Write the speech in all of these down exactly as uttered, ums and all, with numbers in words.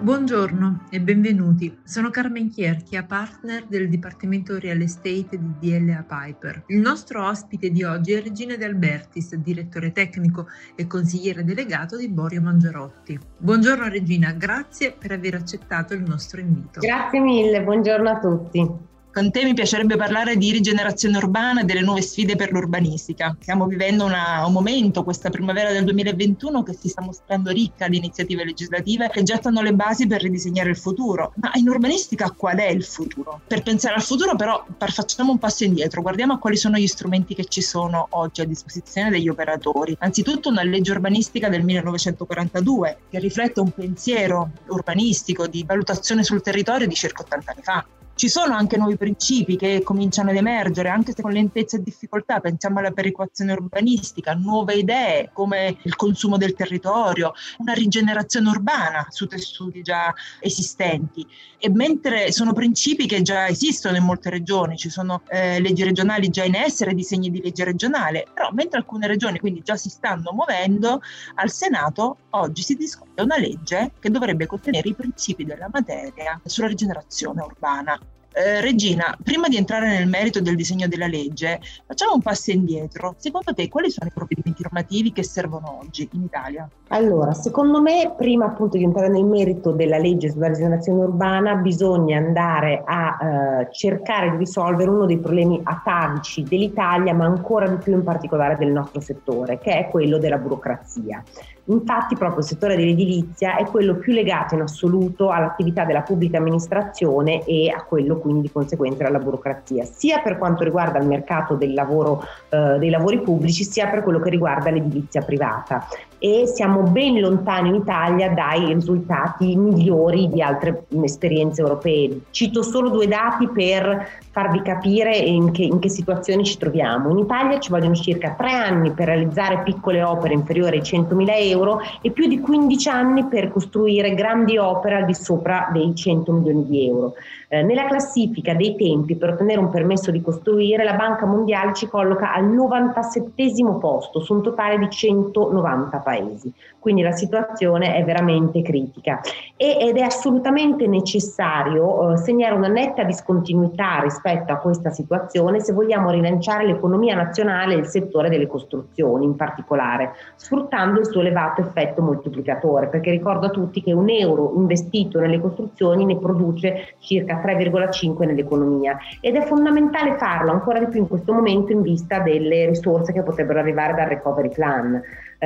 Buongiorno e benvenuti. Sono Carmen Chierchia, partner del Dipartimento Real Estate di D L A Piper. Il nostro ospite di oggi è Regina De Albertis, direttore tecnico e consigliere delegato di Borio Mangiarotti. Buongiorno Regina, grazie per aver accettato il nostro invito. Grazie mille, buongiorno a tutti. Con te mi piacerebbe parlare di rigenerazione urbana e delle nuove sfide per l'urbanistica. Stiamo vivendo una, un momento, questa primavera del duemilaventuno, che si sta mostrando ricca di iniziative legislative che gettano le basi per ridisegnare il futuro. Ma in urbanistica qual è il futuro? Per pensare al futuro però facciamo un passo indietro, guardiamo a quali sono gli strumenti che ci sono oggi a disposizione degli operatori. Anzitutto una legge urbanistica del millenovecentoquarantadue che riflette un pensiero urbanistico di valutazione sul territorio di circa ottanta anni fa. Ci sono anche nuovi principi che cominciano ad emergere, anche se con lentezza e difficoltà. Pensiamo alla perequazione urbanistica, nuove idee come il consumo del territorio, una rigenerazione urbana su tessuti già esistenti. E mentre sono principi che già esistono in molte regioni, ci sono eh, leggi regionali già in essere, disegni di legge regionale, però mentre alcune regioni quindi già si stanno muovendo, al Senato oggi si discute una legge che dovrebbe contenere i principi della materia sulla rigenerazione urbana. Eh, Regina, prima di entrare nel merito del disegno della legge, facciamo un passo indietro. Secondo te quali sono i provvedimenti normativi che servono oggi in Italia? Allora, secondo me, prima appunto di entrare nel merito della legge sulla rigenerazione urbana, bisogna andare a eh, cercare di risolvere uno dei problemi atavici dell'Italia, ma ancora di più in particolare del nostro settore, che è quello della burocrazia. Infatti proprio il settore dell'edilizia è quello più legato in assoluto all'attività della pubblica amministrazione e a quello quindi di conseguenza alla burocrazia, sia per quanto riguarda il mercato del lavoro, eh, dei lavori pubblici, sia per quello che riguarda l'edilizia privata. E siamo ben lontani in Italia dai risultati migliori di altre esperienze europee. Cito solo due dati per farvi capire in che, in che situazione ci troviamo. In Italia ci vogliono circa tre anni per realizzare piccole opere inferiori ai centomila euro e più di quindici anni per costruire grandi opere al di sopra dei cento milioni di euro. Eh, nella classifica dei tempi per ottenere un permesso di costruire, la Banca Mondiale ci colloca al novantasettesimo posto su un totale di centonovanta paesi. Quindi la situazione è veramente critica e, ed è assolutamente necessario eh, segnare una netta discontinuità rispetto a questa situazione se vogliamo rilanciare l'economia nazionale e il settore delle costruzioni in particolare, sfruttando il suo elevato effetto moltiplicatore, perché ricordo a tutti che un euro investito nelle costruzioni ne produce circa tre virgola cinque nell'economia ed è fondamentale farlo ancora di più in questo momento in vista delle risorse che potrebbero arrivare dal recovery plan.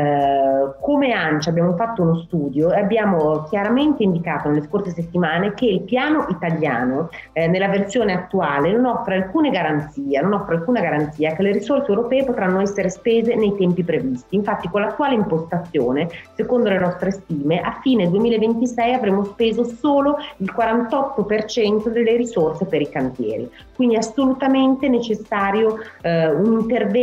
Uh, come ANCI abbiamo fatto uno studio e abbiamo chiaramente indicato nelle scorse settimane che il piano italiano eh, nella versione attuale non offre alcune garanzie, non offre alcuna garanzia che le risorse europee potranno essere spese nei tempi previsti. Infatti con l'attuale impostazione, secondo le nostre stime, a fine duemilaventisei avremo speso solo il quarantotto per cento delle risorse per i cantieri. Quindi è assolutamente necessario eh, un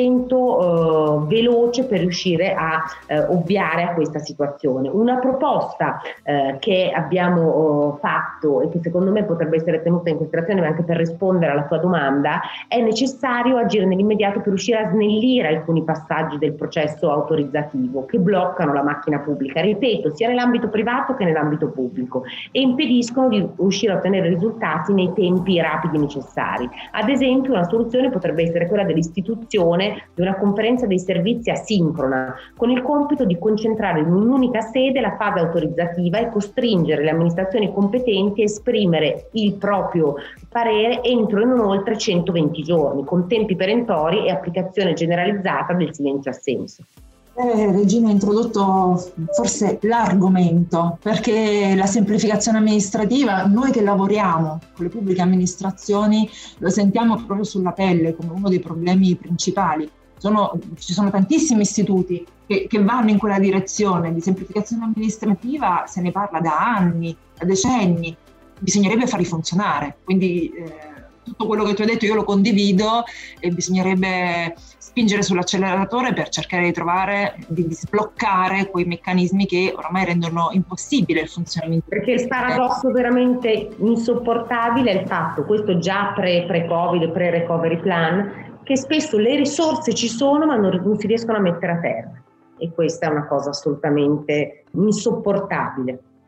intervento eh, veloce per riuscire a Eh, ovviare a questa situazione. Una proposta eh, che abbiamo oh, fatto e che secondo me potrebbe essere tenuta in considerazione anche per rispondere alla tua domanda: è necessario agire nell'immediato per riuscire a snellire alcuni passaggi del processo autorizzativo che bloccano la macchina pubblica, ripeto, sia nell'ambito privato che nell'ambito pubblico, e impediscono di riuscire a ottenere risultati nei tempi rapidi necessari. Ad esempio, una soluzione potrebbe essere quella dell'istituzione di una conferenza dei servizi asincrona, con il compito di concentrare in un'unica sede la fase autorizzativa e costringere le amministrazioni competenti a esprimere il proprio parere entro e non oltre centoventi giorni, con tempi perentori e applicazione generalizzata del silenzio assenso. Eh, Regina ha introdotto forse l'argomento, perché la semplificazione amministrativa, noi che lavoriamo con le pubbliche amministrazioni lo sentiamo proprio sulla pelle come uno dei problemi principali. Sono, ci sono tantissimi istituti che, che vanno in quella direzione di semplificazione amministrativa, se ne parla da anni, da decenni, bisognerebbe farli funzionare, quindi eh, tutto quello che tu hai detto io lo condivido e bisognerebbe spingere sull'acceleratore per cercare di trovare, di sbloccare quei meccanismi che oramai rendono impossibile il funzionamento. Perché il paradosso veramente insopportabile è il fatto, questo già pre, pre-Covid, pre-recovery plan, che spesso le risorse ci sono ma non, non si riescono a mettere a terra, e questa è una cosa assolutamente insopportabile.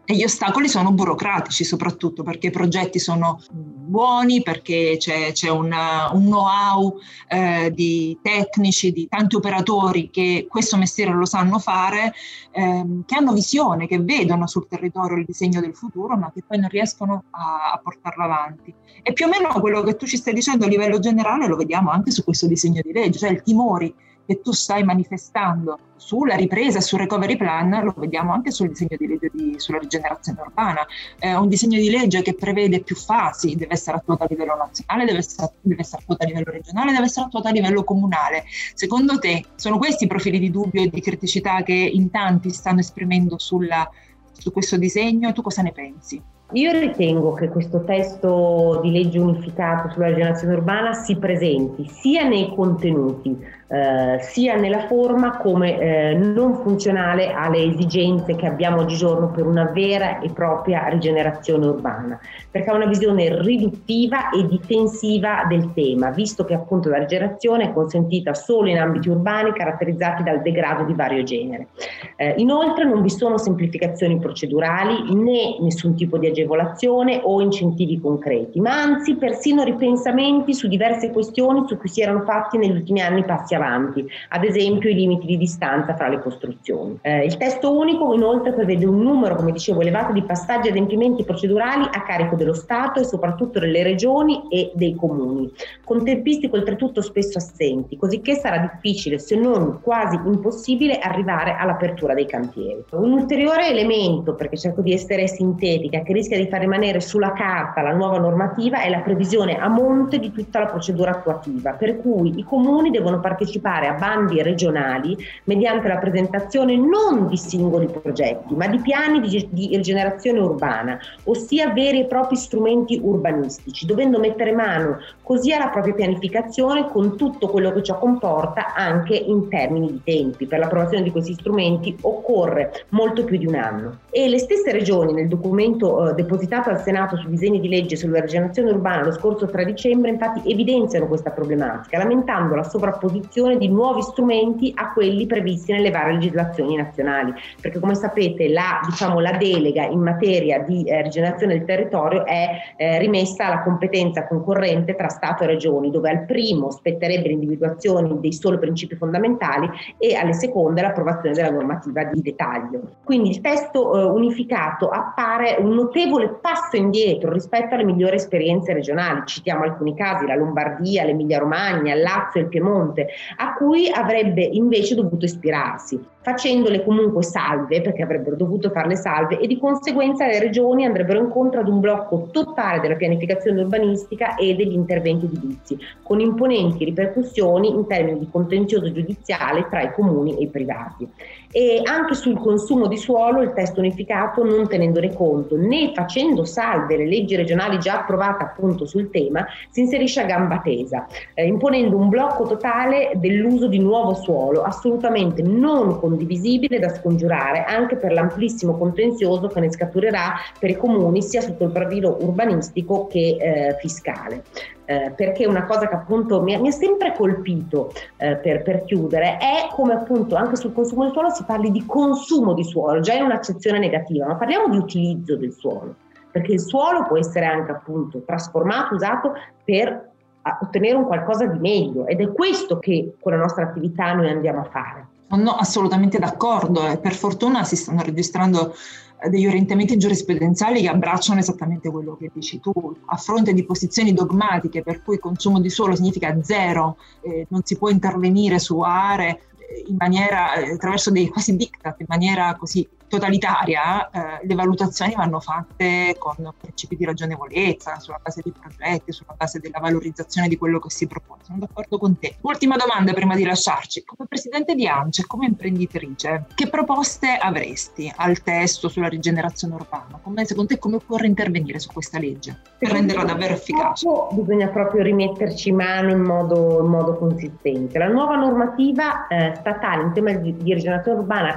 E gli ostacoli sono burocratici, soprattutto perché i progetti sono buoni, perché c'è, c'è una, un know-how eh, di tecnici, di tanti operatori che questo mestiere lo sanno fare, ehm, che hanno visione, che vedono sul territorio il disegno del futuro, ma che poi non riescono a, a portarlo avanti. E più o meno quello che tu ci stai dicendo a livello generale lo vediamo anche su questo disegno di legge, cioè i timori che tu stai manifestando sulla ripresa e sul recovery plan lo vediamo anche sul disegno di legge di, sulla rigenerazione urbana. È un disegno di legge che prevede più fasi, deve essere attuato a livello nazionale, deve essere, deve essere attuato a livello regionale, deve essere attuato a livello comunale. Secondo te sono questi i profili di dubbio e di criticità che in tanti stanno esprimendo sulla, su questo disegno? Tu cosa ne pensi? Io ritengo che questo testo di legge unificato sulla rigenerazione urbana si presenti sia nei contenuti eh, sia nella forma come eh, non funzionale alle esigenze che abbiamo oggigiorno per una vera e propria rigenerazione urbana, perché ha una visione riduttiva e difensiva del tema, visto che appunto la rigenerazione è consentita solo in ambiti urbani caratterizzati dal degrado di vario genere. Eh, inoltre non vi sono semplificazioni procedurali né nessun tipo di agevolazione o incentivi concreti, ma anzi persino ripensamenti su diverse questioni su cui si erano fatti negli ultimi anni passi avanti, ad esempio i limiti di distanza fra le costruzioni. Eh, il testo unico inoltre prevede un numero, come dicevo, elevato di passaggi e adempimenti procedurali a carico dello Stato e soprattutto delle regioni e dei comuni, con tempistiche oltretutto spesso assenti, cosicché sarà difficile, se non quasi impossibile, arrivare all'apertura dei cantieri. Un ulteriore elemento, perché cerco di essere sintetica, che rischia di far rimanere sulla carta la nuova normativa è la previsione a monte di tutta la procedura attuativa, per cui i comuni devono partecipare a bandi regionali mediante la presentazione non di singoli progetti, ma di piani di, di rigenerazione urbana, ossia veri e propri strumenti urbanistici, dovendo mettere mano così alla propria pianificazione con tutto quello che ciò comporta anche in termini di tempi. Per l'approvazione di questi strumenti occorre molto più di un anno. E le stesse regioni nel documento eh, depositato al Senato sui disegni di legge sulla rigenerazione urbana lo scorso tre dicembre infatti evidenziano questa problematica, lamentando la sovrapposizione di nuovi strumenti a quelli previsti nelle varie legislazioni nazionali, perché come sapete la, diciamo, la delega in materia di eh, rigenerazione del territorio è eh, rimessa alla competenza concorrente tra Stato e Regioni, dove al primo spetterebbe l'individuazione dei soli principi fondamentali e alle seconde l'approvazione della normativa di dettaglio. Quindi il testo eh, unificato appare un notevole passo indietro rispetto alle migliori esperienze regionali. Citiamo alcuni casi: la Lombardia, l'Emilia Romagna, il Lazio e il Piemonte, a cui avrebbe invece dovuto ispirarsi, facendole comunque salve, perché avrebbero dovuto farle salve, e di conseguenza le regioni andrebbero incontro ad un blocco totale della pianificazione urbanistica e degli interventi edilizi, con imponenti ripercussioni in termini di contenzioso giudiziale tra i comuni e i privati. E anche sul consumo di suolo il testo unificato, non tenendone conto né facendo salve le leggi regionali già approvate appunto sul tema, si inserisce a gamba tesa, eh, imponendo un blocco totale dell'uso di nuovo suolo, assolutamente non condivisibile, da scongiurare anche per l'amplissimo contenzioso che ne scaturerà per i comuni sia sotto il profilo urbanistico che eh, fiscale. Eh, perché una cosa che appunto mi, mi ha sempre colpito eh, per, per chiudere è come appunto anche sul consumo del suolo si parli di consumo di suolo, già in un'accezione negativa, ma parliamo di utilizzo del suolo, perché il suolo può essere anche appunto trasformato, usato per ottenere un qualcosa di meglio, ed è questo che con la nostra attività noi andiamo a fare. No, assolutamente d'accordo, e per fortuna si stanno registrando degli orientamenti giurisprudenziali che abbracciano esattamente quello che dici tu, a fronte di posizioni dogmatiche per cui consumo di suolo significa zero, eh, non si può intervenire su aree in maniera, eh, attraverso dei quasi diktat, in maniera così totalitaria, eh, le valutazioni vanno fatte con principi di ragionevolezza, sulla base dei progetti, sulla base della valorizzazione di quello che si propone. Sono d'accordo con te. Ultima domanda prima di lasciarci. Come presidente di ANCE, come imprenditrice, che proposte avresti al testo sulla rigenerazione urbana? Come, secondo te come occorre intervenire su questa legge per renderla davvero efficace? Bisogna proprio rimetterci mano in modo, in modo consistente. La nuova normativa eh, statale in tema di, di rigenerazione urbana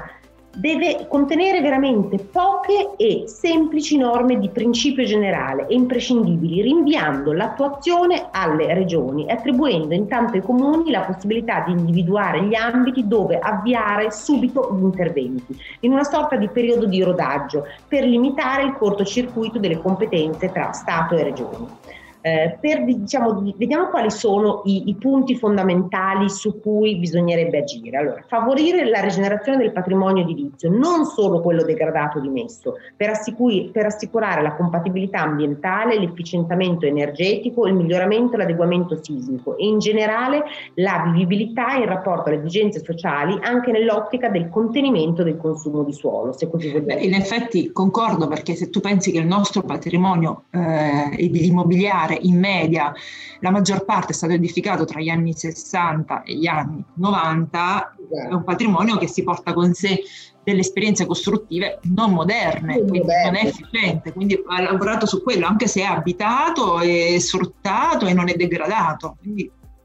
deve contenere veramente poche e semplici norme di principio generale e imprescindibili, rinviando l'attuazione alle regioni e attribuendo intanto ai comuni la possibilità di individuare gli ambiti dove avviare subito gli interventi, in una sorta di periodo di rodaggio, per limitare il cortocircuito delle competenze tra Stato e regioni. Eh, per, diciamo, vediamo quali sono i, i punti fondamentali su cui bisognerebbe agire. Allora, favorire la rigenerazione del patrimonio edilizio, non solo quello degradato o dimesso, per, assicuri, per assicurare la compatibilità ambientale, l'efficientamento energetico, il miglioramento e l'adeguamento sismico e in generale la vivibilità in rapporto alle esigenze sociali, anche nell'ottica del contenimento del consumo di suolo, se così vogliamo. In effetti concordo, perché se tu pensi che il nostro patrimonio eh, immobiliare in media la maggior parte è stato edificato tra gli anni sessanta e gli anni novanta, è un patrimonio che si porta con sé delle esperienze costruttive non moderne, non quindi moderne. Non è efficiente, quindi ha lavorato su quello, anche se è abitato, è sfruttato e non è degradato. Quindi...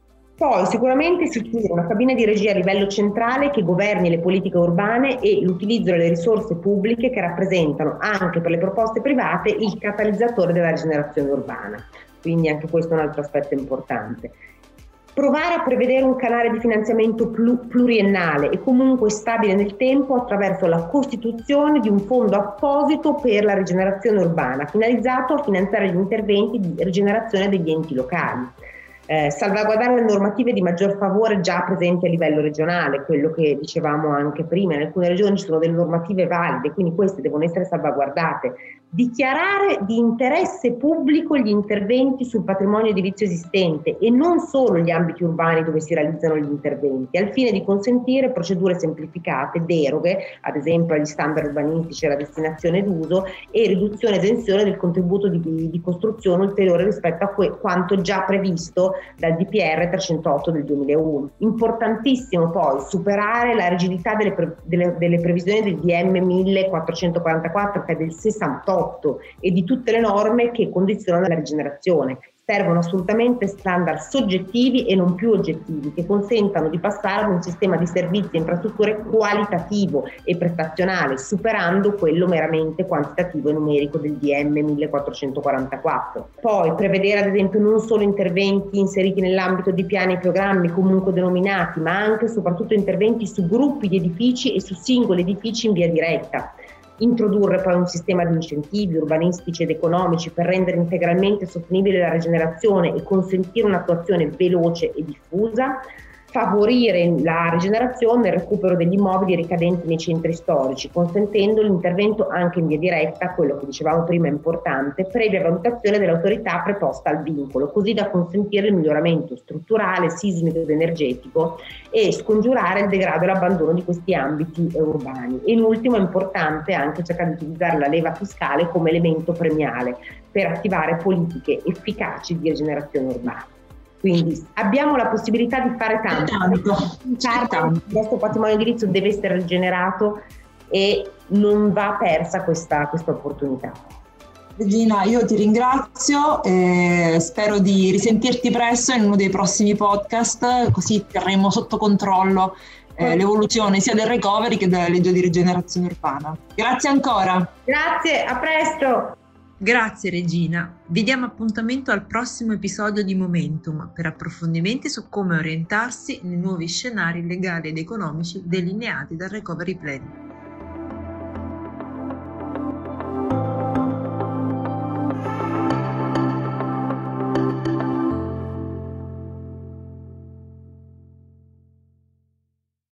Poi sicuramente istituire una cabina di regia a livello centrale che governi le politiche urbane e l'utilizzo delle risorse pubbliche che rappresentano anche per le proposte private il catalizzatore della rigenerazione urbana. Quindi anche questo è un altro aspetto importante. Provare a prevedere un canale di finanziamento pluriennale e comunque stabile nel tempo attraverso la costituzione di un fondo apposito per la rigenerazione urbana, finalizzato a finanziare gli interventi di rigenerazione degli enti locali. Eh, salvaguardare le normative di maggior favore già presenti a livello regionale, quello che dicevamo anche prima, in alcune regioni ci sono delle normative valide, quindi queste devono essere salvaguardate. Dichiarare di interesse pubblico gli interventi sul patrimonio edilizio esistente e non solo gli ambiti urbani dove si realizzano gli interventi, al fine di consentire procedure semplificate, deroghe, ad esempio agli standard urbanistici e alla destinazione d'uso, e riduzione e esenzione del contributo di, di costruzione ulteriore rispetto a que- quanto già previsto dal D P R trecentootto del duemilauno. Importantissimo poi superare la rigidità delle, pre- delle, delle previsioni del D M millequattrocentoquarantaquattro, che è del sessantotto, e di tutte le norme che condizionano la rigenerazione. Servono assolutamente standard soggettivi e non più oggettivi, che consentano di passare ad un sistema di servizi e infrastrutture qualitativo e prestazionale, superando quello meramente quantitativo e numerico del D M millequattrocentoquarantaquattro. Poi prevedere ad esempio non solo interventi inseriti nell'ambito di piani e programmi comunque denominati, ma anche e soprattutto interventi su gruppi di edifici e su singoli edifici in via diretta. Introdurre poi un sistema di incentivi urbanistici ed economici per rendere integralmente sostenibile la rigenerazione e consentire un'attuazione veloce e diffusa. Favorire la rigenerazione e il recupero degli immobili ricadenti nei centri storici, consentendo l'intervento anche in via diretta, quello che dicevamo prima è importante, previa valutazione dell'autorità preposta al vincolo, così da consentire il miglioramento strutturale, sismico ed energetico e scongiurare il degrado e l'abbandono di questi ambiti urbani. E in ultimo è importante anche cercare di utilizzare la leva fiscale come elemento premiale per attivare politiche efficaci di rigenerazione urbana. Quindi abbiamo la possibilità di fare tanto, tanto. Il nostro patrimonio edilizio deve essere rigenerato e non va persa questa, questa opportunità. Regina, io ti ringrazio e spero di risentirti presto in uno dei prossimi podcast, così terremo sotto controllo eh, l'evoluzione sia del recovery che della legge di rigenerazione urbana. Grazie ancora. Grazie, a presto. Grazie Regina, vi diamo appuntamento al prossimo episodio di Momentum per approfondimenti su come orientarsi nei nuovi scenari legali ed economici delineati dal Recovery Plan.